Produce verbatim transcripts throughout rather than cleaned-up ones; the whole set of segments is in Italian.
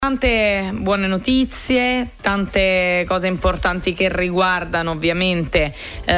Tante buone notizie, tante cose importanti che riguardano ovviamente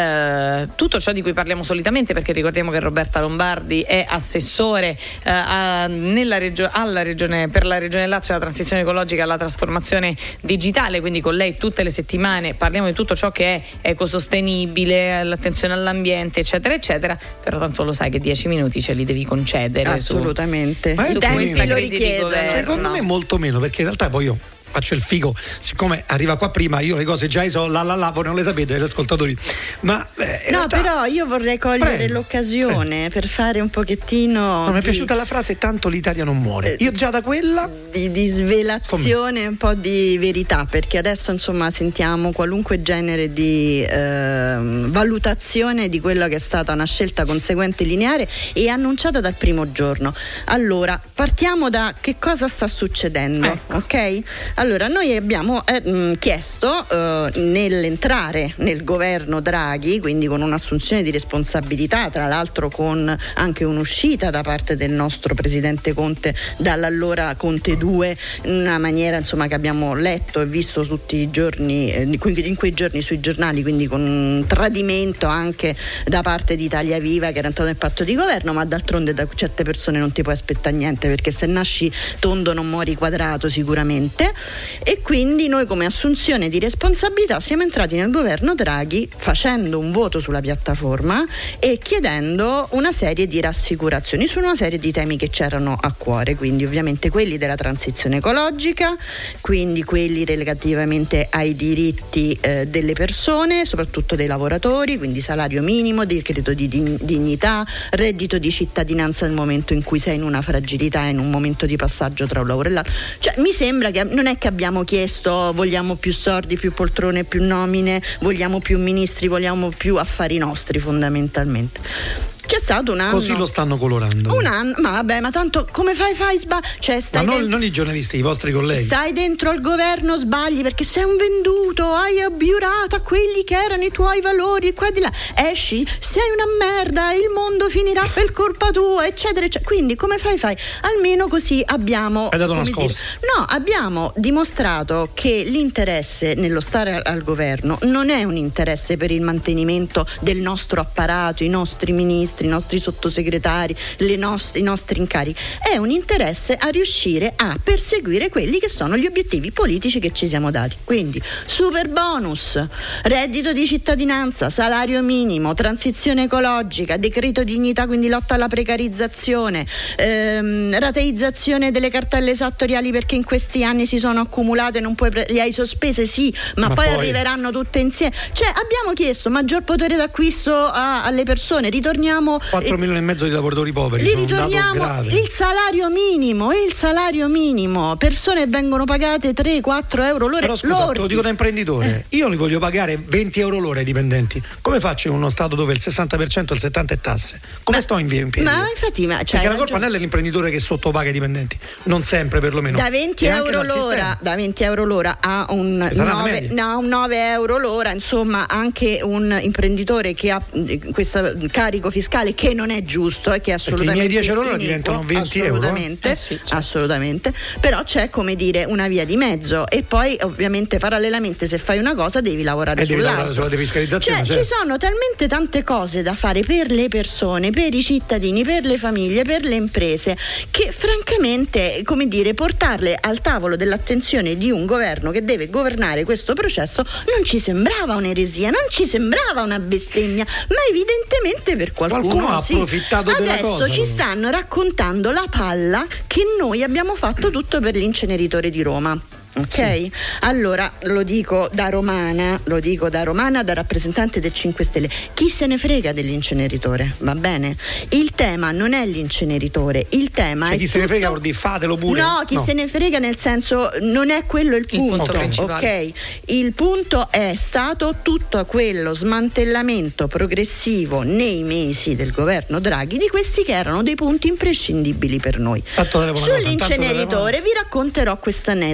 eh, tutto ciò di cui parliamo solitamente, perché ricordiamo che Roberta Lombardi è assessore eh, a, nella regio- alla regione, per la Regione Lazio, alla transizione ecologica e alla trasformazione digitale, quindi con lei tutte le settimane parliamo di tutto ciò che è ecosostenibile, l'attenzione all'ambiente eccetera eccetera, però tanto lo sai che dieci minuti ce li devi concedere. Assolutamente, su, su questa crisi di governo. Secondo me molto meno, perché in realtà poi io faccio il figo, siccome arriva qua prima, io le cose già so, la la la, voi non le sapete, gli ascoltatori. Ma eh, no, realtà... però io vorrei cogliere Prego. l'occasione eh. per fare un pochettino. No, mi è di... piaciuta la frase "tanto l'Italia non muore". Io già da quella di, di svelazione, un po' di verità, perché adesso insomma sentiamo qualunque genere di eh, valutazione di quella che è stata una scelta conseguente lineare e annunciata dal primo giorno. Allora, partiamo da che cosa sta succedendo, ecco. Ok? Allora, noi abbiamo eh, chiesto eh, nell'entrare nel governo Draghi, quindi con un'assunzione di responsabilità, tra l'altro con anche un'uscita da parte del nostro presidente Conte dall'allora Conte due, in una maniera insomma che abbiamo letto e visto tutti i giorni, eh, in quei giorni sui giornali, quindi con un tradimento anche da parte di Italia Viva, che era entrato nel patto di governo, ma d'altronde da certe persone non ti puoi aspettare niente, perché se nasci tondo non muori quadrato sicuramente. E quindi noi, come assunzione di responsabilità, siamo entrati nel governo Draghi facendo un voto sulla piattaforma e chiedendo una serie di rassicurazioni su una serie di temi che c'erano a cuore, quindi ovviamente quelli della transizione ecologica, quindi quelli relativamente ai diritti eh, delle persone, soprattutto dei lavoratori, quindi salario minimo, decreto di dignità, reddito di cittadinanza nel momento in cui sei in una fragilità, in un momento di passaggio tra un lavoro e l'altro. Cioè, mi sembra che non è che abbiamo chiesto vogliamo più soldi, più poltrone, più nomine, vogliamo più ministri, vogliamo più affari nostri, fondamentalmente. C'è stato un anno. Così lo stanno colorando. Un anno, ma vabbè, ma tanto come fai fai sbagli? Cioè, stai ma non, dentro, non i giornalisti, i vostri colleghi. Stai dentro al governo, sbagli perché sei un venduto, hai abiurato a quelli che erano i tuoi valori, qua di là. Esci, sei una merda, il mondo finirà per colpa tua, eccetera, eccetera. Quindi come fai fai? Almeno così abbiamo. Hai dato una dire, scossa. no, abbiamo dimostrato che l'interesse nello stare al governo non è un interesse per il mantenimento del nostro apparato, i nostri ministri, i nostri sottosegretari, le nostre, i nostri incarichi, è un interesse a riuscire a perseguire quelli che sono gli obiettivi politici che ci siamo dati. Quindi super bonus, reddito di cittadinanza, salario minimo, transizione ecologica, decreto dignità, quindi lotta alla precarizzazione, ehm, rateizzazione delle cartelle esattoriali perché in questi anni si sono accumulate, non puoi pre- le hai sospese sì, ma, ma poi, poi arriveranno tutte insieme. Cioè abbiamo chiesto maggior potere d'acquisto a, alle persone, ritorniamo quattro milioni e mezzo di lavoratori poveri. Li ritorniamo il salario minimo, il salario minimo, persone vengono pagate tre quattro euro l'ora. Però scusa, te lo dico da imprenditore, eh. io li voglio pagare venti euro l'ora ai dipendenti. Come faccio in uno stato dove il sessanta per cento e il settanta per cento è tasse? Come ma, sto in piedi? Ma infatti, ma perché la colpa non è l'imprenditore che sottopaga i dipendenti, non sempre perlomeno. Da venti euro l'ora, da venti euro l'ora a un nove, no, un nove euro l'ora, insomma, anche un imprenditore che ha questo carico fiscale che non è giusto e che è assolutamente perché i miei dieci euro diventano venti assolutamente, euro eh? sì, certo. assolutamente, però c'è, come dire, una via di mezzo e poi ovviamente parallelamente se fai una cosa devi lavorare e devi sull'altra, lavorare sulla defiscalizzazione, cioè, certo. Ci sono talmente tante cose da fare per le persone, per i cittadini, per le famiglie, per le imprese, che francamente, come dire, portarle al tavolo dell'attenzione di un governo che deve governare questo processo non ci sembrava un'eresia, non ci sembrava una bestemmia, ma evidentemente per qualcuno Qualcuno ha sì. approfittato Adesso della cosa. ci stanno raccontando la palla che noi abbiamo fatto tutto per l'inceneritore di Roma. Ok, sì. Allora lo dico da romana, lo dico da romana, da rappresentante del cinque Stelle. Chi se ne frega dell'inceneritore, va bene? Il tema non è l'inceneritore, il tema cioè, è chi tutto... se ne frega vuol dire fatelo pure. No, chi no. se ne frega nel senso non è quello il punto, il punto principale. Ok, il punto è stato tutto quello smantellamento progressivo nei mesi del governo Draghi di questi che erano dei punti imprescindibili per noi. Sull'inceneritore vi racconterò questo aneddoto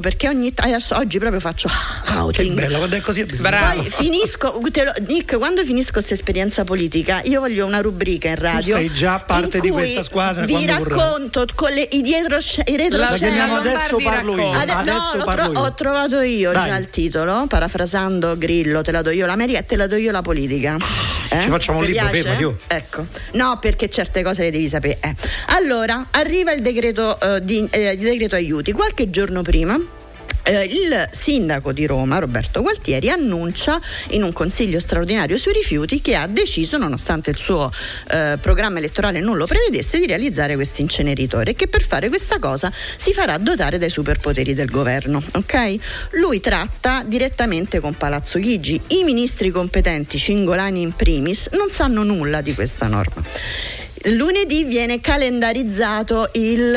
perché ogni adesso, oggi proprio faccio outing. Che bella, quando è così. Bravo. Poi finisco, te lo, Nick, quando finisco questa esperienza politica, io voglio una rubrica in radio. Tu sei già parte di questa squadra. Vi racconto con le, i dietro i retroscena. Adesso parlo io. Ade- adesso no, parlo tro- io. Ho trovato io Dai. già il titolo, parafrasando Grillo, te la do io l'America e te la do io la politica. Eh? Ci facciamo un Ti libro, piace? fermo, io. Ecco. No, perché certe cose le devi sapere. Eh. Allora, arriva il decreto, uh, di, eh, il decreto aiuti. Qualche giorno prima Eh, il sindaco di Roma, Roberto Gualtieri, annuncia in un consiglio straordinario sui rifiuti che ha deciso, nonostante il suo eh, programma elettorale non lo prevedesse, di realizzare questo inceneritore e che per fare questa cosa si farà dotare dai superpoteri del governo. Ok? Lui tratta direttamente con Palazzo Chigi. I ministri competenti, Cingolani in primis, non sanno nulla di questa norma. Lunedì viene calendarizzato il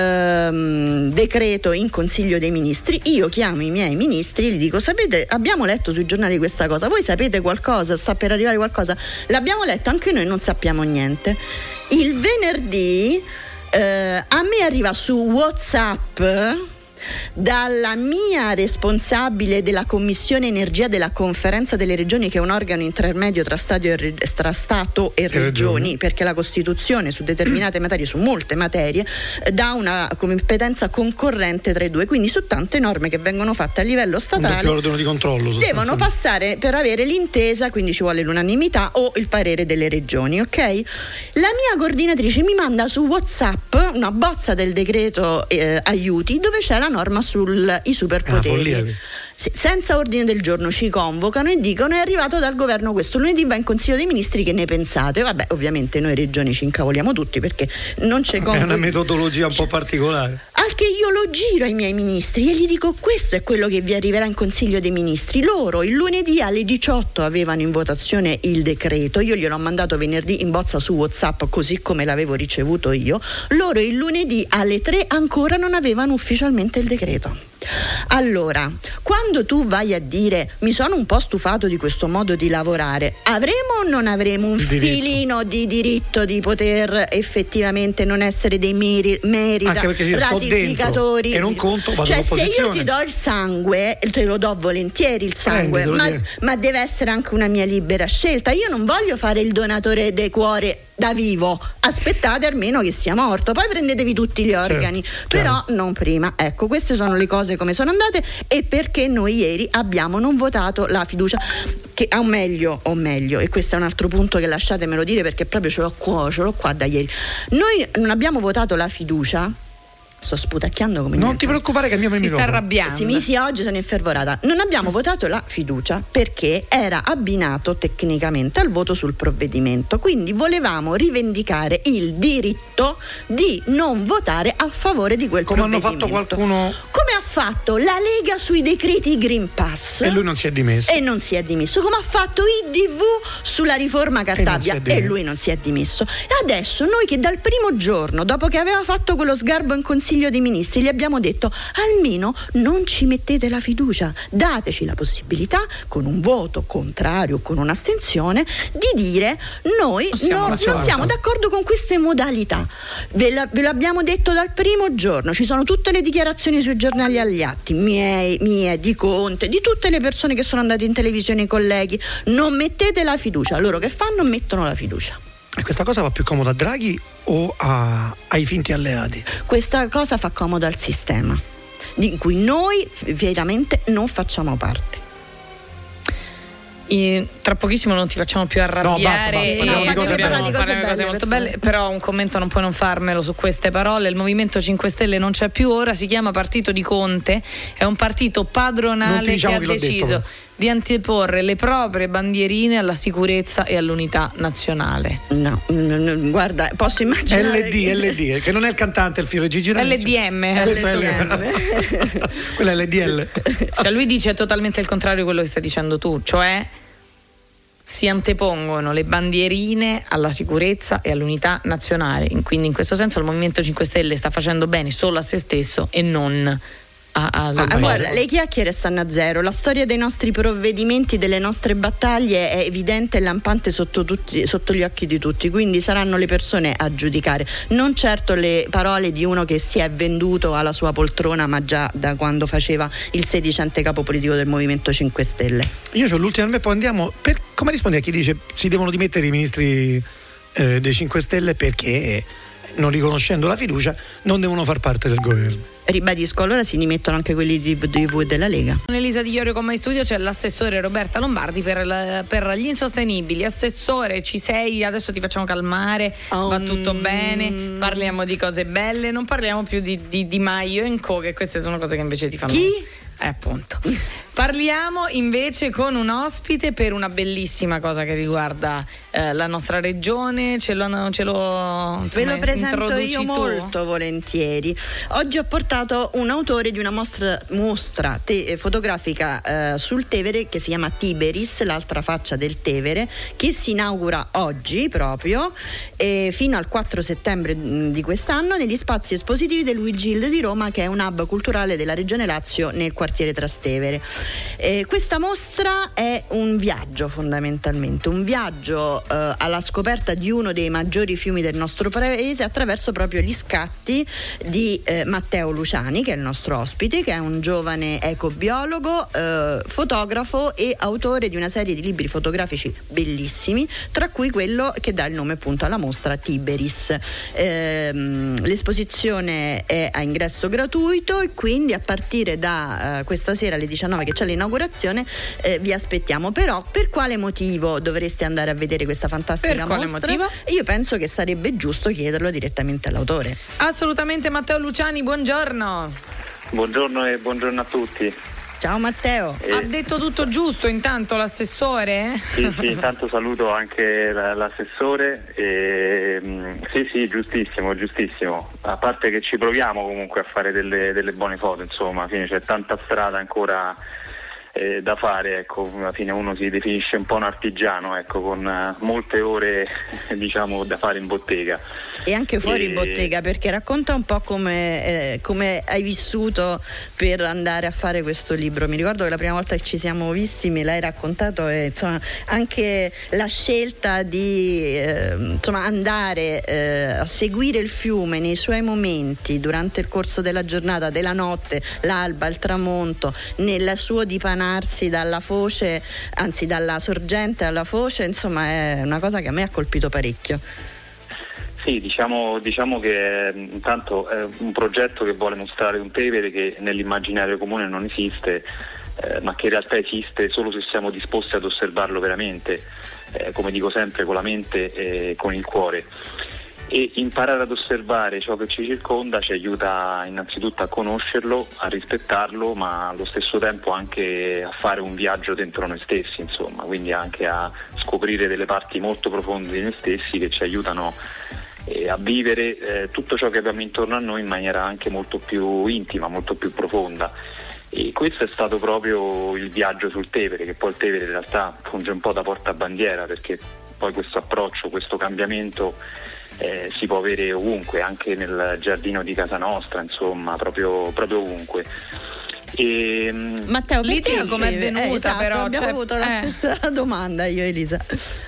ehm, decreto in Consiglio dei Ministri. Io chiamo i miei ministri e gli dico: sapete, abbiamo letto sui giornali questa cosa, voi sapete qualcosa, sta per arrivare qualcosa? L'abbiamo letto, anche noi non sappiamo niente. Il venerdì eh, a me arriva su WhatsApp dalla mia responsabile della Commissione Energia della Conferenza delle Regioni, che è un organo intermedio tra, stadio e re, tra Stato e, e regioni, regioni, perché la Costituzione su determinate materie, su molte materie, dà una competenza concorrente tra i due, quindi su tante norme che vengono fatte a livello statale di controllo, devono passare per avere l'intesa, quindi ci vuole l'unanimità o il parere delle regioni, ok? La mia coordinatrice mi manda su WhatsApp una bozza del decreto eh, aiuti dove c'è la norma sui superpoteri. Se, senza ordine del giorno ci convocano e dicono: è arrivato dal governo questo, lunedì va in Consiglio dei Ministri, che ne pensate? Vabbè, ovviamente noi regioni ci incavoliamo tutti perché non c'è convo- è una metodologia un po' particolare. Al che io lo giro ai miei ministri e gli dico: questo è quello che vi arriverà in Consiglio dei Ministri. Loro il lunedì alle diciotto avevano in votazione il decreto, io gliel'ho mandato venerdì in bozza su WhatsApp così come l'avevo ricevuto io. Loro il lunedì alle tre ancora non avevano ufficialmente il decreto. Allora, quando tu vai a dire mi sono un po' stufato di questo modo di lavorare, avremo o non avremo un filino di diritto di poter effettivamente non essere dei meri, meri Anche perché io ratificatori e non conto, vado cioè se io ti all'opposizione. do il sangue, te lo do volentieri il sangue, Prenditelo, ma, dire. ma deve essere anche una mia libera scelta. Io non voglio fare il donatore del cuore da vivo, aspettate almeno che sia morto, poi prendetevi tutti gli organi, certo, però chiaro. Non prima. Ecco, queste sono le cose come sono andate e perché noi ieri abbiamo non votato la fiducia, che o meglio, o meglio, e questo è un altro punto che lasciatemelo dire perché proprio ce l'ho qua, ce l'ho qua da ieri. Noi non abbiamo votato la fiducia. Sto sputacchiando come non niente. ti preoccupare che mi si sta arrabbiando. Sì, mi, sì, oggi sono infervorata. Non abbiamo votato la fiducia perché era abbinato tecnicamente al voto sul provvedimento, quindi volevamo rivendicare il diritto di non votare a favore di quel come provvedimento. Come hanno fatto qualcuno, come ha fatto la Lega sui decreti Green Pass, e lui non si è dimesso, e non si è dimesso, come ha fatto I D V sulla riforma Cartabia, e, e lui non si è dimesso. E adesso noi, che dal primo giorno, dopo che aveva fatto quello sgarbo in Consiglio dei Ministri, gli abbiamo detto: almeno non ci mettete la fiducia, dateci la possibilità con un voto contrario, con un'astensione, di dire noi siamo no, non siamo d'accordo con queste modalità. Ve, la, ve l'abbiamo detto dal primo giorno, ci sono tutte le dichiarazioni sui giornali agli atti, miei, mie, di Conte, di tutte le persone che sono andate in televisione, i colleghi: non mettete la fiducia. Loro che fanno? Mettono la fiducia. E questa cosa va più comoda a Draghi o a, ai finti alleati? Questa cosa fa comodo al sistema, di cui noi veramente non facciamo parte. I, tra pochissimo non ti facciamo più arrabbiare. No, basta, basta, e parliamo di cose dobbiamo belle. parlare di cose belle, molto per belle, però un commento non puoi non farmelo su queste parole. Il Movimento cinque Stelle non c'è più, ora si chiama Partito di Conte, è un partito padronale diciamo che ha deciso detto, di anteporre le proprie bandierine alla sicurezza e all'unità nazionale. No, n- n- guarda, posso immaginare L D, L D, che non è il cantante, il figlio di Gigi D'Alessio. L D M. Questo è L- quella è L D L. Cioè lui dice totalmente il contrario di quello che stai dicendo tu, cioè si antepongono le bandierine alla sicurezza e all'unità nazionale. Quindi in questo senso il Movimento cinque Stelle sta facendo bene solo a se stesso e non a, a, ah, guarda, le chiacchiere stanno a zero. La storia dei nostri provvedimenti, delle nostre battaglie è evidente e lampante sotto, tutti, sotto gli occhi di tutti, quindi saranno le persone a giudicare, non certo le parole di uno che si è venduto alla sua poltrona, ma già da quando faceva il sedicente capo politico del Movimento cinque Stelle. Io ho l'ultima, poi andiamo per, come rispondi a chi dice si devono dimettere i ministri eh, dei cinque Stelle perché non riconoscendo la fiducia non devono far parte del governo? Ribadisco, allora si dimettono anche quelli di, di V della Lega. Con Elisa Di Iorio con me in studio c'è l'assessore Roberta Lombardi per, la, per gli insostenibili. Assessore, ci sei? Adesso ti facciamo calmare, um, va tutto bene, parliamo di cose belle, non parliamo più di, di, di Maio e Co, che queste sono cose che invece ti fanno... Chi? Eh, appunto. Parliamo invece con un ospite per una bellissima cosa che riguarda eh, la nostra regione. Ce lo, ce lo insomma, ve lo presento io tu? molto volentieri. Oggi ho portato un autore di una mostra, mostra te, fotografica eh, sul Tevere che si chiama Tiberis, l'altra faccia del Tevere, che si inaugura oggi proprio eh, fino al quattro settembre mh, di quest'anno negli spazi espositivi del Luigillo di Roma, che è un hub culturale della regione Lazio nel quartiere Trastevere. Eh, questa mostra è un viaggio, fondamentalmente un viaggio eh, alla scoperta di uno dei maggiori fiumi del nostro paese attraverso proprio gli scatti di eh, Matteo Luciani, che è il nostro ospite, che è un giovane ecobiologo, eh, fotografo e autore di una serie di libri fotografici bellissimi, tra cui quello che dà il nome appunto alla mostra, Tiberis. Eh, l'esposizione è a ingresso gratuito e quindi a partire da eh, questa sera alle diciannove, che c'è l'inaugurazione, eh, vi aspettiamo. Però per quale motivo dovreste andare a vedere questa fantastica per quale mostra? Motivo? Io penso che sarebbe giusto chiederlo direttamente all'autore. Assolutamente. Matteo Luciani, buongiorno. Buongiorno e buongiorno a tutti. Ciao Matteo. Eh, ha detto tutto giusto intanto l'assessore? Sì, sì, intanto saluto anche l'assessore. E, sì, sì, giustissimo, giustissimo. A parte che ci proviamo comunque a fare delle, delle buone foto, insomma, alla fine c'è tanta strada ancora eh, da fare, ecco, alla fine uno si definisce un po' un artigiano, ecco, con uh, molte ore diciamo da fare in bottega. E anche fuori e... bottega, perché racconta un po' come, eh, come hai vissuto per andare a fare questo libro. Mi ricordo che la prima volta che ci siamo visti me l'hai raccontato e insomma anche la scelta di eh, insomma andare eh, a seguire il fiume nei suoi momenti durante il corso della giornata, della notte, l'alba, il tramonto, nel suo dipanarsi dalla foce, anzi dalla sorgente alla foce, insomma è una cosa che a me ha colpito parecchio. Sì, diciamo, diciamo che intanto è un progetto che vuole mostrare un Tevere che nell'immaginario comune non esiste, eh, ma che in realtà esiste solo se siamo disposti ad osservarlo veramente, eh, come dico sempre, con la mente e con il cuore. E imparare ad osservare ciò che ci circonda ci aiuta innanzitutto a conoscerlo, a rispettarlo, ma allo stesso tempo anche a fare un viaggio dentro noi stessi, insomma, quindi anche a scoprire delle parti molto profonde di noi stessi che ci aiutano a vivere eh, tutto ciò che abbiamo intorno a noi in maniera anche molto più intima, molto più profonda. E questo è stato proprio il viaggio sul Tevere, che poi il Tevere in realtà funge un po' da portabandiera, perché poi questo approccio, questo cambiamento eh, si può avere ovunque, anche nel giardino di casa nostra, insomma, proprio, proprio ovunque. E, Matteo, l'idea come è venuta? Eh, esatto, però abbiamo cioè, avuto la eh. stessa domanda io e Elisa.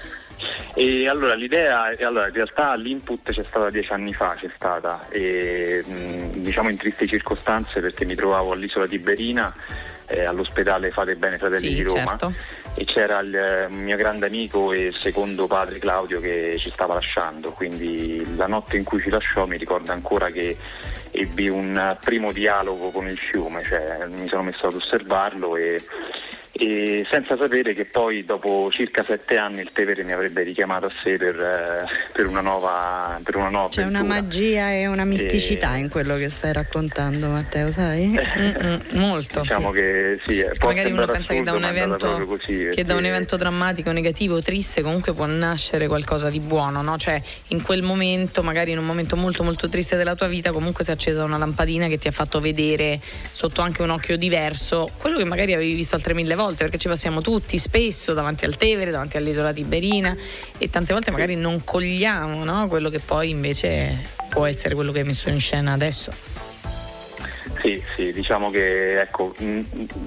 E allora l'idea, allora in realtà l'input c'è stata dieci anni fa, c'è stata, e, mh, diciamo in tristi circostanze, perché mi trovavo all'isola Tiberina, eh, all'ospedale Fate Bene Fratelli sì, di Roma, certo. E c'era il mio grande amico e secondo padre Claudio che ci stava lasciando, quindi la notte in cui ci lasciò mi ricordo ancora che ebbi un primo dialogo con il fiume, cioè mi sono messo ad osservarlo e e senza sapere che poi dopo circa sette anni il Tevere mi avrebbe richiamato a sé per, eh, per una nuova per una nuova C'è avventura. una magia e una misticità e... in quello che stai raccontando, Matteo, sai? Mm-mm, molto. Diciamo sì. che sì, Perché magari uno pensa che da un evento così, che perché... da un evento drammatico, negativo, triste, comunque può nascere qualcosa di buono, no? Cioè in quel momento, magari in un momento molto molto triste della tua vita, comunque si è accesa una lampadina che ti ha fatto vedere sotto anche un occhio diverso quello che magari avevi visto altre mille volte, perché ci passiamo tutti spesso davanti al Tevere, davanti all'isola Tiberina, e tante volte magari non cogliamo, no? Quello che poi invece può essere quello che hai messo in scena adesso. Sì, Sì, sì, diciamo che ecco, mh,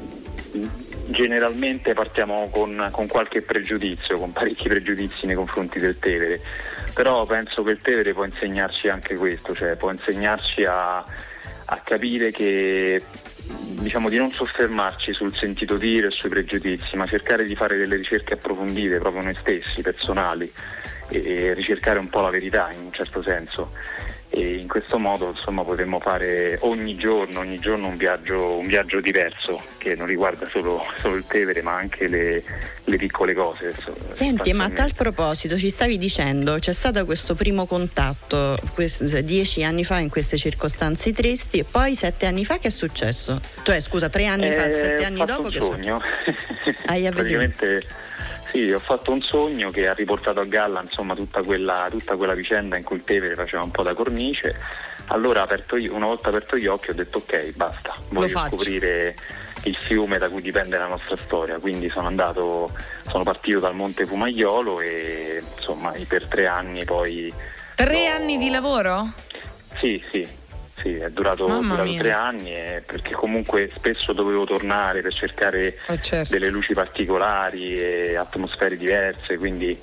generalmente partiamo con, con qualche pregiudizio, con parecchi pregiudizi nei confronti del Tevere, però penso che il Tevere può insegnarci anche questo, cioè può insegnarci a, a capire che, diciamo, di non soffermarci sul sentito dire e sui pregiudizi, ma cercare di fare delle ricerche approfondite proprio noi stessi, personali, e, e ricercare un po' la verità in un certo senso. E in questo modo, insomma, potremmo fare ogni giorno, ogni giorno un viaggio, un viaggio diverso, che non riguarda solo, solo il Tevere, ma anche le, le piccole cose. Senti, ma a tal proposito ci stavi dicendo, c'è stato questo primo contatto quest- dieci anni fa in queste circostanze tristi, e poi sette anni fa che è successo? Cioè, scusa, tre anni eh, fa, sette anni dopo che è sogno. Hai Praticamente sì, ho fatto un sogno che ha riportato a galla, insomma, tutta quella, tutta quella vicenda in cui il Tevere faceva un po' da cornice. Allora, aperto io, una volta aperto gli occhi, ho detto ok, basta, voglio scoprire il fiume da cui dipende la nostra storia. Quindi sono andato, sono partito dal Monte Fumaiolo e insomma per tre anni poi. Tre ho... anni di lavoro? Sì, sì. Sì, è durato, durato tre anni eh, perché comunque spesso dovevo tornare per cercare eh certo. delle luci particolari e atmosfere diverse, quindi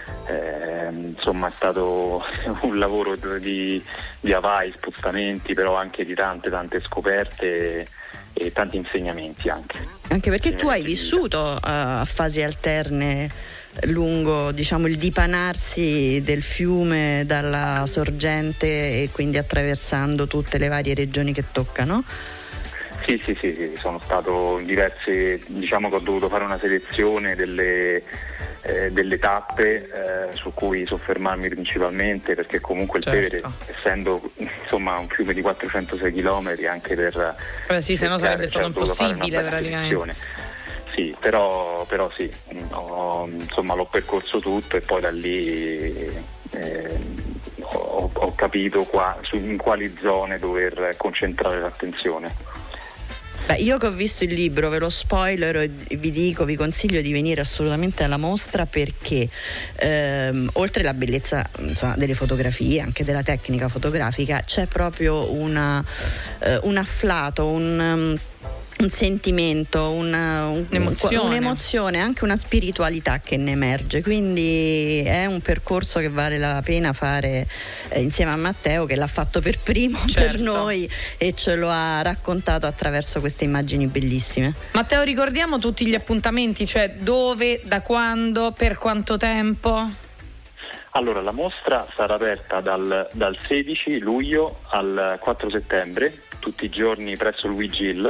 eh, insomma è stato un lavoro di, di avai, spostamenti, però anche di tante tante scoperte e, e tanti insegnamenti anche. Anche perché tu hai vissuto uh, a fasi alterne lungo, diciamo, il dipanarsi del fiume dalla sorgente e quindi attraversando tutte le varie regioni che toccano. Sì, sì, sì, sì, sono stato in diverse, diciamo che ho dovuto fare una selezione delle, eh, delle tappe eh, su cui soffermarmi principalmente, perché comunque il certo. Tevere, essendo insomma un fiume di quattrocentosei chilometri, anche per eh sì, se no sarebbe stato impossibile praticamente. Sì, però, però sì, ho, insomma l'ho percorso tutto e poi da lì eh, ho, ho capito qua, su, in quali zone dover concentrare l'attenzione. Beh, io che ho visto il libro, ve lo spoiler e vi dico, vi consiglio di venire assolutamente alla mostra, perché ehm, oltre alla bellezza, insomma, delle fotografie, anche della tecnica fotografica, c'è proprio una, eh, un afflato, un... Um, un sentimento, una, un, un'emozione. un'emozione, anche una spiritualità che ne emerge, quindi è un percorso che vale la pena fare eh, insieme a Matteo, che l'ha fatto per primo certo. per noi e ce lo ha raccontato attraverso queste immagini bellissime. Matteo, ricordiamo tutti gli appuntamenti, cioè dove, da quando, per quanto tempo? Allora, la mostra sarà aperta dal, dal sedici luglio al quattro settembre, tutti i giorni presso il Wigil,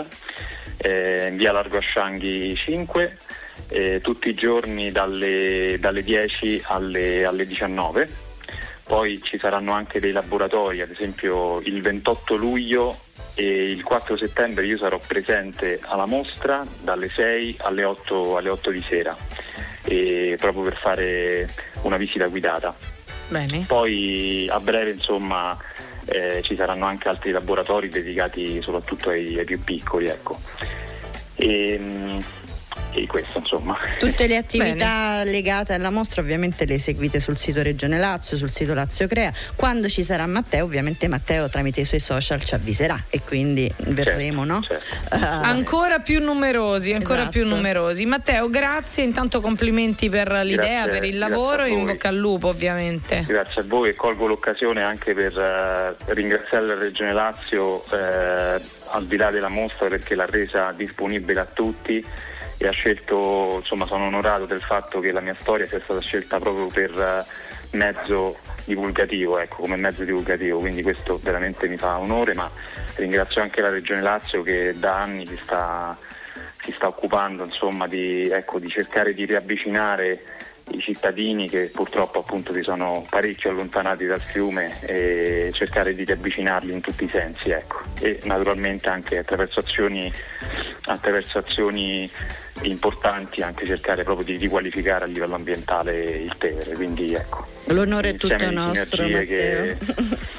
eh, in via Largo Ascianghi cinque, eh, tutti i giorni dalle, dalle dieci alle, alle diciannove. Poi ci saranno anche dei laboratori, ad esempio il ventotto luglio e il quattro settembre io sarò presente alla mostra dalle sei alle otto, alle otto di sera, e proprio per fare una visita guidata. Bene. Poi a breve, insomma, eh, ci saranno anche altri laboratori dedicati soprattutto ai, ai più piccoli, ecco. E, e questo, insomma. Tutte le attività Bene. legate alla mostra ovviamente le seguite sul sito Regione Lazio, sul sito Lazio Crea. Quando ci sarà Matteo, ovviamente Matteo tramite i suoi social ci avviserà e quindi verremo, certo, no? Certo. Uh, ancora più numerosi, ancora esatto. più numerosi. Matteo, grazie, intanto complimenti per l'idea, grazie, per il lavoro e in bocca al lupo, ovviamente. Grazie a voi, e colgo l'occasione anche per uh, ringraziare la Regione Lazio uh, al di là della mostra, perché l'ha resa disponibile a tutti e ha scelto, insomma, sono onorato del fatto che la mia storia sia stata scelta proprio per uh, mezzo divulgativo, ecco, come mezzo divulgativo, quindi questo veramente mi fa onore, ma ringrazio anche la Regione Lazio che da anni si sta, si sta occupando, insomma, di, ecco, di cercare di riavvicinare i cittadini che purtroppo appunto si sono parecchio allontanati dal fiume, e cercare di riavvicinarli in tutti i sensi, ecco, e naturalmente anche attraverso azioni, attraverso azioni importanti, anche cercare proprio di riqualificare a livello ambientale il Tevere, quindi ecco, l'onore è tutto nostro, Matteo. Che,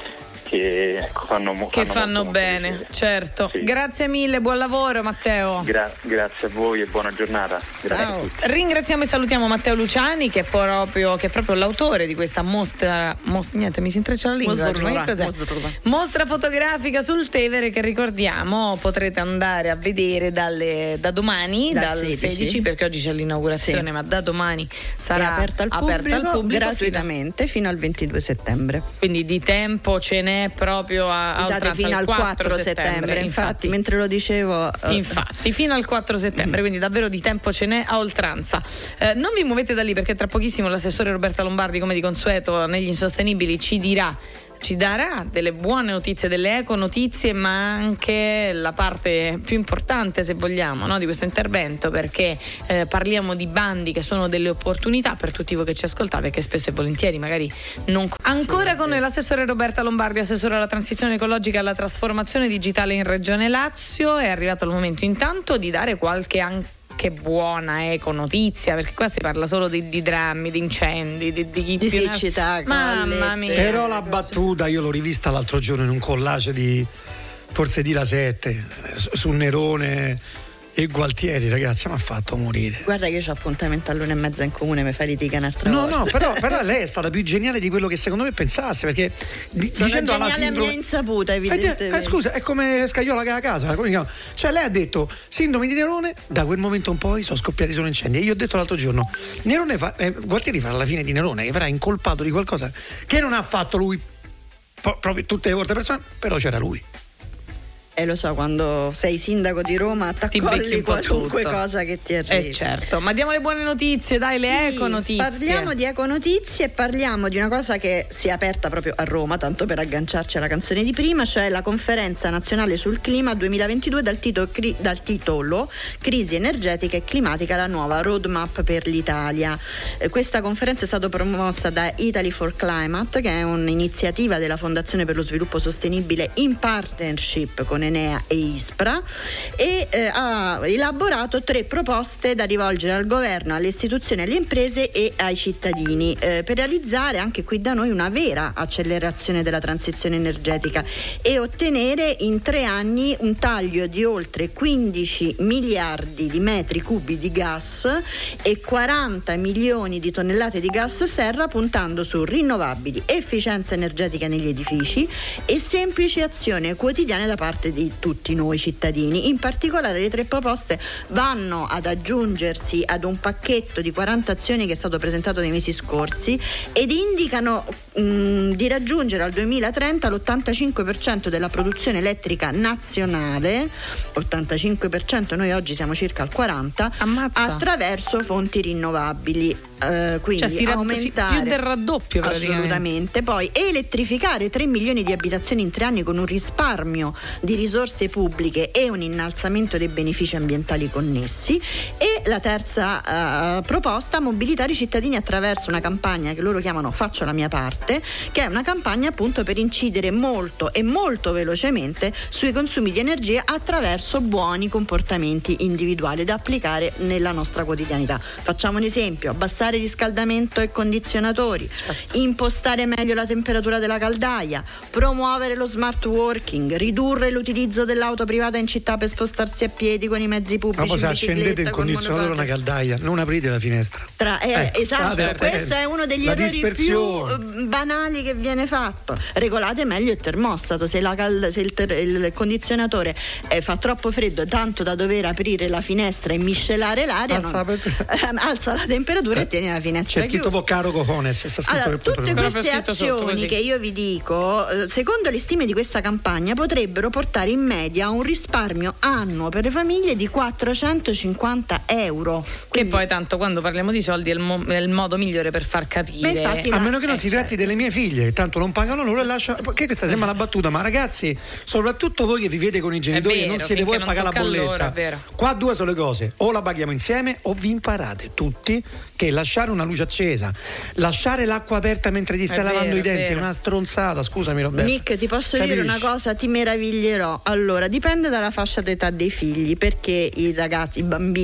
che ecco, fanno, che fanno, fanno molto, bene, molto certo. Sì. Grazie mille, buon lavoro Matteo. Gra- grazie a voi e buona giornata. Grazie Ciao. a tutti. Ringraziamo e salutiamo Matteo Luciani che è proprio, che è proprio l'autore di questa mostra, mos- niente mi si intreccia la lingua, Mostra, ma che cos'è? mostra. Mostra fotografica sul Tevere che ricordiamo potrete andare a vedere dalle, da domani, dal, dal sedici. sedici, perché oggi c'è l'inaugurazione, sì. ma da domani sarà È aperta al aperta pubblico, al pubblico gratuitamente fino, fino al ventidue settembre. quindi di tempo ce n'è proprio a, a Scusate, oltranza, fino al quattro settembre, settembre. infatti, Infatti, mentre lo dicevo eh. infatti fino al quattro settembre, quindi davvero di tempo ce n'è a oltranza. Eh, non vi muovete da lì perché tra pochissimo l'assessore Roberta Lombardi, come di consueto negli Insostenibili, ci dirà ci darà delle buone notizie, delle eco notizie, ma anche la parte più importante, se vogliamo, no, di questo intervento, perché eh, parliamo di bandi che sono delle opportunità per tutti voi che ci ascoltate, che spesso e volentieri magari non... Ancora con l'assessore Roberta Lombardi, assessore alla transizione ecologica e alla trasformazione digitale in Regione Lazio. È arrivato il momento intanto di dare qualche anche che buona eco notizia, perché qua si parla solo di, di drammi, di incendi, di, di, di siccità, mamma mia. Però la battuta io l'ho rivista l'altro giorno in un collage di forse di La sette su Nerone e Gualtieri, ragazzi, mi ha fatto morire. Guarda che io ho appuntamento all'una e mezza in comune, mi fai litigare un'altra no, volta. No, no, però, però lei è stata più geniale di quello che secondo me pensasse, perché di, sono dicendo alla geniale sindrome... a mia insaputa, eh, evidentemente. eh, scusa, è come Scagliola che ha a casa, come si chiama? Cioè lei ha detto sindrome di Nerone, da quel momento in poi sono scoppiati solo incendi. E io ho detto l'altro giorno, Nerone fa, eh, Gualtieri farà la fine di Nerone, che verrà incolpato di qualcosa che non ha fatto lui, proprio tutte le volte persone, però c'era lui. E eh, lo so, quando sei sindaco di Roma t'accolli qualunque tutto. cosa che ti arrivi. Eh certo, ma diamo le buone notizie, dai, le sì, eco notizie. Parliamo di eco notizie e parliamo di una cosa che si è aperta proprio a Roma, tanto per agganciarci alla canzone di prima, cioè la conferenza nazionale sul clima duemilaventidue dal titolo, cri, dal titolo Crisi energetica e climatica, la nuova roadmap per l'Italia. Eh, questa conferenza è stata promossa da Italy for Climate, che è un'iniziativa della Fondazione per lo Sviluppo Sostenibile in partnership con Enea e Ispra, e eh, ha elaborato tre proposte da rivolgere al governo, alle istituzioni, alle imprese e ai cittadini eh, per realizzare anche qui da noi una vera accelerazione della transizione energetica e ottenere in tre anni un taglio di oltre quindici miliardi di metri cubi di gas e quaranta milioni di tonnellate di gas serra, puntando su rinnovabili, efficienza energetica negli edifici e semplici azioni quotidiane da parte di tutti noi cittadini. In particolare le tre proposte vanno ad aggiungersi ad un pacchetto di quaranta azioni che è stato presentato nei mesi scorsi ed indicano mh, di raggiungere al duemilatrenta l'ottantacinque per cento della produzione elettrica nazionale, ottantacinque per cento, noi oggi siamo circa al quaranta per cento, Ammazza. attraverso fonti rinnovabili. Uh, quindi cioè si rad- aumentare più del raddoppio assolutamente, poi elettrificare tre milioni di abitazioni in tre anni con un risparmio di risorse pubbliche e un innalzamento dei benefici ambientali connessi, e la terza uh, proposta, mobilitare i cittadini attraverso una campagna che loro chiamano Faccio la mia parte, che è una campagna appunto per incidere molto e molto velocemente sui consumi di energia attraverso buoni comportamenti individuali da applicare nella nostra quotidianità. Facciamo un esempio: abbassare riscaldamento e condizionatori, impostare meglio la temperatura della caldaia, promuovere lo smart working, ridurre l'utilizzo dell'auto privata in città per spostarsi a piedi con i mezzi pubblici. Ma poi se accendete il condizionatore o una caldaia, non aprite la finestra. Tra, eh, ecco, esatto, state, questo eh, è uno degli errori più banali che viene fatto. Regolate meglio il termostato. Se, la cal- se il, ter- il condizionatore eh, fa troppo freddo tanto da dover aprire la finestra e miscelare l'aria, alza, non, eh, alza la temperatura eh, e tieni la finestra c'è scritto Poccaro Cojones, sta scritto allora, per tutto tutte queste azioni che io vi dico, secondo le stime di questa campagna, potrebbero portare in media a un risparmio annuo per le famiglie di quattrocentocinquanta euro. Quindi, che poi tanto quando parliamo di soldi è il, mo- è il modo migliore per far capire. Infatti, a meno che non eh, si tratti delle mie figlie, tanto non pagano loro e lasciano. Che questa sembra una battuta, ma ragazzi, soprattutto voi che vivete con i genitori, vero, non siete voi a non pagare la tocca a bolletta. loro, Qua due sono le cose: o la paghiamo insieme o vi imparate tutti che lasciare una luce accesa, lasciare l'acqua aperta mentre ti stai È lavando vero, i denti è è vero. una stronzata, scusami Roberto. Nick, ti posso Capisci? dire una cosa, ti meraviglierò. Allora, dipende dalla fascia d'età dei figli, perché i ragazzi, i bambini, diciamo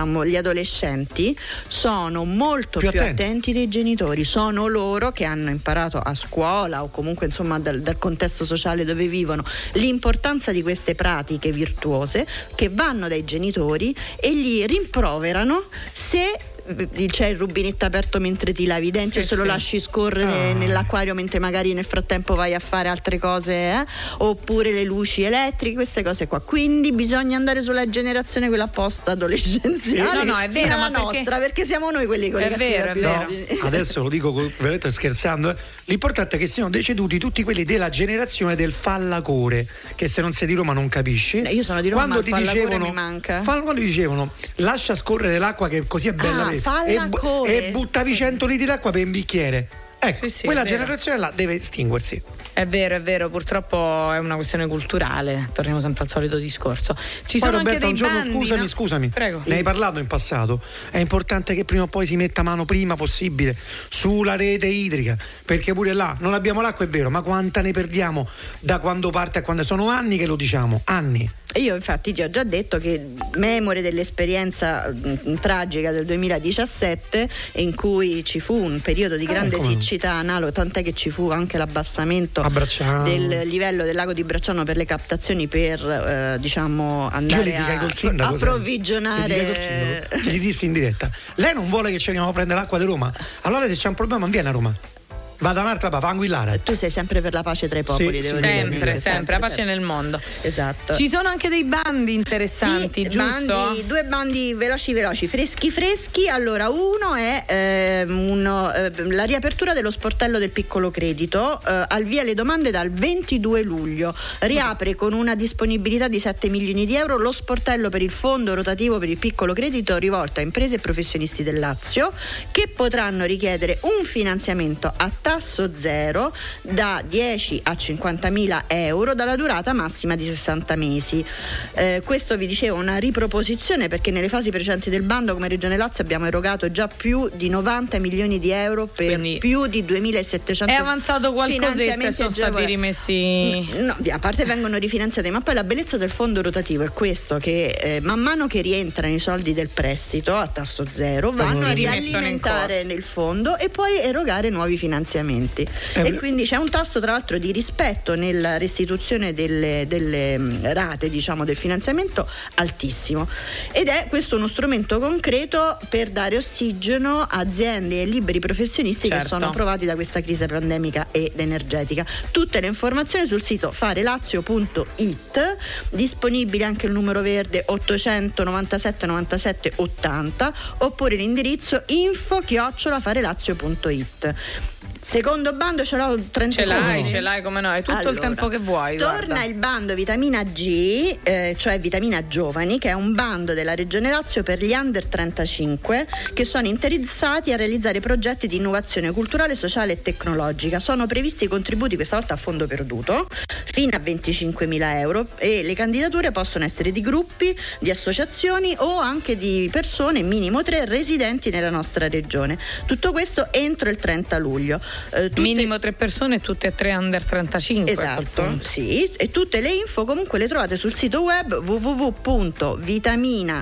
diciamo gli adolescenti sono molto più, più attenti. attenti dei genitori, sono loro che hanno imparato a scuola o comunque insomma dal, dal contesto sociale dove vivono l'importanza di queste pratiche virtuose, che vanno dai genitori e gli rimproverano se c'è il rubinetto aperto mentre ti lavi i denti, sì, o se sì. lo lasci scorrere ah. nell'acquario mentre magari nel frattempo vai a fare altre cose, eh? Oppure le luci elettriche, queste cose qua. Quindi bisogna andare sulla generazione quella post adolescenziale, no, no, è vero, ma la nostra, perché... perché siamo noi quelli con è le vero, è vero. No, adesso lo dico veramente scherzando, eh. L'importante è che siano deceduti tutti quelli della generazione del fallacore, che se non sei di Roma non capisci. Io sono di Roma, quando ma il ti fallacore dicevano, mi manca. Quando ti dicevano lascia scorrere l'acqua che così è bella, ah, e, bu- e buttavi cento litri d'acqua per un bicchiere. Ecco, sì, sì, quella generazione là deve estinguersi. È vero, è vero, purtroppo è una questione culturale, torniamo sempre al solito discorso. Ci poi sono Roberta, anche dei un giorno, bandi, scusami, no? scusami, Prego. Ne hai parlato in passato. È importante che prima o poi si metta mano prima possibile sulla rete idrica, perché pure là non abbiamo l'acqua, è vero, ma quanta ne perdiamo da quando parte a quando? Sono anni che lo diciamo, anni. Io infatti ti ho già detto che, memore dell'esperienza mh, tragica del duemiladiciassette, in cui ci fu un periodo di grande eh, siccità analogo, tant'è che ci fu anche l'abbassamento del livello del lago di Bracciano per le captazioni per eh, diciamo andare a sindaco, approvvigionare. Gli dissi in diretta: lei non vuole che ci andiamo a prendere l'acqua di Roma? Allora se c'è un problema non viene a Roma, va da un'altra parte, va a Anguillara. Tu sei sempre per la pace tra i popoli, sì, devo sì, dire. Sempre, sempre, sempre, la pace sempre. Nel mondo. Esatto. Ci sono anche dei bandi interessanti, sì, giusto? Bandi, due bandi veloci veloci, freschi freschi. Allora, uno è eh, uno, eh, la riapertura dello sportello del piccolo credito, eh, al via le domande dal ventidue luglio. Riapre con una disponibilità di sette milioni di euro lo sportello per il fondo rotativo per il piccolo credito rivolto a imprese e professionisti del Lazio, che potranno richiedere un finanziamento a tasso zero da dieci a cinquantamila euro dalla durata massima di sessanta mesi. Eh, questo vi dicevo una riproposizione, perché nelle fasi precedenti del bando come Regione Lazio abbiamo erogato già più di novanta milioni di euro per Quindi più di duemilasettecento. È avanzato qualcosetta e sono stati rimessi. No, a parte vengono rifinanziati, ma poi la bellezza del fondo rotativo è questo, che eh, man mano che rientrano i soldi del prestito a tasso zero vanno a rialimentare nel fondo e poi erogare nuovi finanziamenti. Eh, e quindi c'è un tasso tra l'altro di rispetto nella restituzione delle, delle rate, diciamo, del finanziamento altissimo, ed è questo uno strumento concreto per dare ossigeno a aziende e liberi professionisti, certo, che sono provati da questa crisi pandemica ed energetica. Tutte le informazioni sul sito farelazio punto it, disponibile anche il numero verde ottocento novantasette novantasette ottanta, oppure l'indirizzo info chiocciola farelazio punto it. Secondo bando ce l'ho trenta Ce l'hai, secondi. ce l'hai come no, è tutto allora, il tempo che vuoi. Torna guarda. il bando Vitamina G, eh, cioè Vitamina Giovani, che è un bando della Regione Lazio per gli under trentacinque che sono interessati a realizzare progetti di innovazione culturale, sociale e tecnologica. Sono previsti contributi questa volta a fondo perduto fino a venticinquemila euro, e le candidature possono essere di gruppi, di associazioni o anche di persone, minimo tre, residenti nella nostra regione. Tutto questo entro il trenta luglio. Eh, tutte... Minimo tre persone e tutte e tre under trentacinque. Esatto, sì, e tutte le info comunque le trovate sul sito web w w w punto vitamina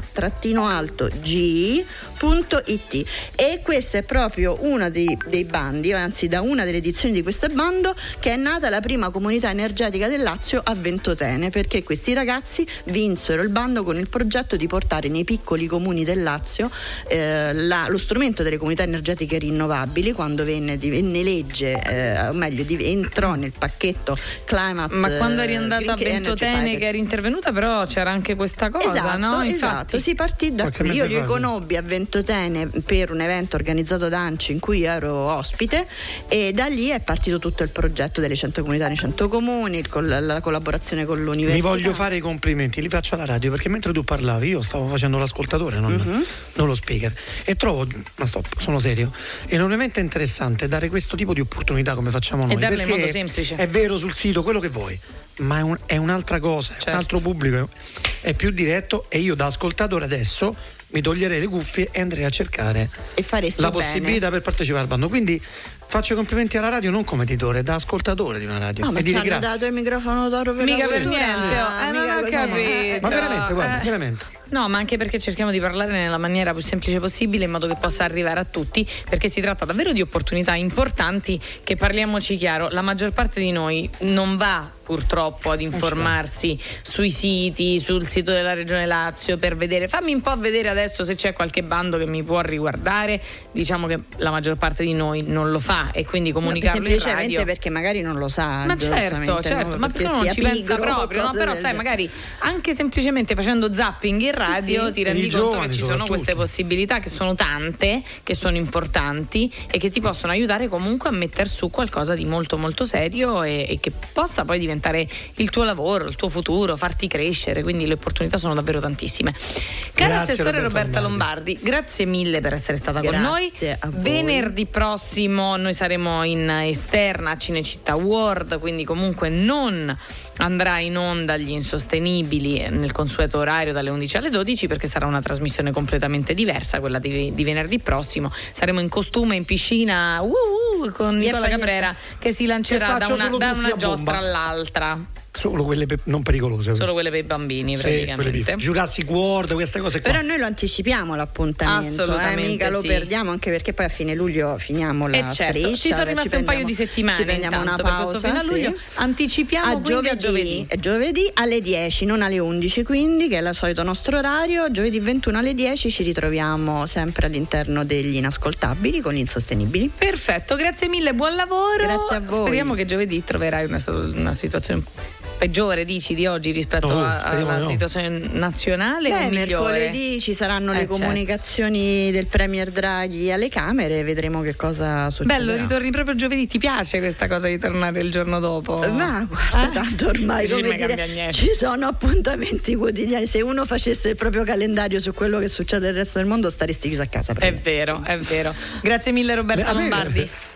g punto it, e questo è proprio uno dei, dei bandi, anzi da una delle edizioni di questo bando, che è nata la prima comunità energetica del Lazio a Ventotene, perché questi ragazzi vinsero il bando con il progetto di portare nei piccoli comuni del Lazio eh, la, lo strumento delle comunità energetiche rinnovabili, quando venne, divenne legge, eh, o meglio div- entrò nel pacchetto Climate. Ma quando eri andata Green a Ventotene, che eri intervenuta, però c'era anche questa cosa, esatto, no? Infatti, esatto, si partì da qui. Io li fa, conobbi a Ventotene per un evento organizzato da ANCI in cui ero ospite, e da lì è partito tutto il progetto delle cento comunità nei cento comuni, con la, la collaborazione con l'università. Mi voglio fare i complimenti, li faccio alla radio, perché mentre tu parlavi io stavo facendo l'ascoltatore, non, mm-hmm. non lo speaker, e trovo, ma sto, sono serio, enormemente interessante dare questo tipo di opportunità come facciamo noi, e darle in perché modo semplice. È vero, sul sito quello che vuoi, ma è, un, è un'altra cosa, certo, è un altro pubblico, è più diretto, e io da ascoltatore adesso mi toglierei le cuffie e andrei a cercare e la possibilità bene. per partecipare al bando. Quindi faccio i complimenti alla radio non come editore, da ascoltatore di una radio. No, ma e ci dire hanno grazie. dato il microfono d'oro per mica la per cultura. niente, oh, eh, non ho capito. Ma veramente, guarda, eh. veramente. No, ma anche perché cerchiamo di parlare nella maniera più semplice possibile, in modo che possa arrivare a tutti, perché si tratta davvero di opportunità importanti che, parliamoci chiaro, la maggior parte di noi non va purtroppo ad informarsi sui siti, sul sito della Regione Lazio per vedere, fammi un po' vedere adesso se c'è qualche bando che mi può riguardare. Diciamo che la maggior parte di noi non lo fa, e quindi comunicarlo no, in semplicemente radio, perché magari non lo sa. ma certo, certo, no, ma perché uno non ci pensa proprio, no? Però del... sai, magari anche semplicemente facendo zapping in radio sì, sì. ti rendi conto che ci sono queste possibilità, che sono tante, che sono importanti e che ti possono aiutare comunque a mettere su qualcosa di molto molto serio e, e che possa poi diventare il tuo lavoro, il tuo futuro, farti crescere, quindi le opportunità sono davvero tantissime. Cara assessore Roberta Lombardi, Lombardi, grazie mille per essere stata grazie con noi. A voi. Venerdì prossimo noi saremo in esterna a Cinecittà World, quindi comunque non andrà in onda Gli Insostenibili nel consueto orario dalle undici alle dodici, perché sarà una trasmissione completamente diversa, quella di, di venerdì prossimo. Saremo in costume, in piscina, uh, uh, con Nicola Caprera che si lancerà da una, da una giostra all'altra. Solo quelle pe- non pericolose. Solo quelle per i bambini, sì, praticamente. Pe- Jurassic World, queste cose qua. Però noi lo anticipiamo l'appuntamento. Assolutamente. Eh, mica lo sì. perdiamo, anche perché poi a fine luglio finiamo la eh certo. striscia. Ci sono rimaste un paio di settimane. Ci prendiamo intanto, una pausa. Per questo fino a luglio. Sì. Anticipiamo a quindi giovedì, a giovedì. È giovedì alle dieci, non alle undici, quindi, che è il solito nostro orario. Giovedì ventuno alle dieci ci ritroviamo sempre all'interno degli Inascoltabili con Gli Insostenibili. Perfetto, grazie mille, buon lavoro. Grazie a voi. Speriamo che giovedì troverai una, una situazione peggiore, dici, di oggi rispetto oh, a, alla no. situazione nazionale. Beh, o mercoledì ci saranno eh, le comunicazioni certo. del Premier Draghi alle Camere, vedremo che cosa succederà. Bello, ritorni proprio giovedì. Ti piace questa cosa di tornare il giorno dopo? Ma guarda, eh? tanto ormai come dire, ci sono appuntamenti quotidiani. Se uno facesse il proprio calendario su quello che succede nel resto del mondo, staresti chiuso a casa. È vero, è vero. Grazie mille Roberta Lombardi.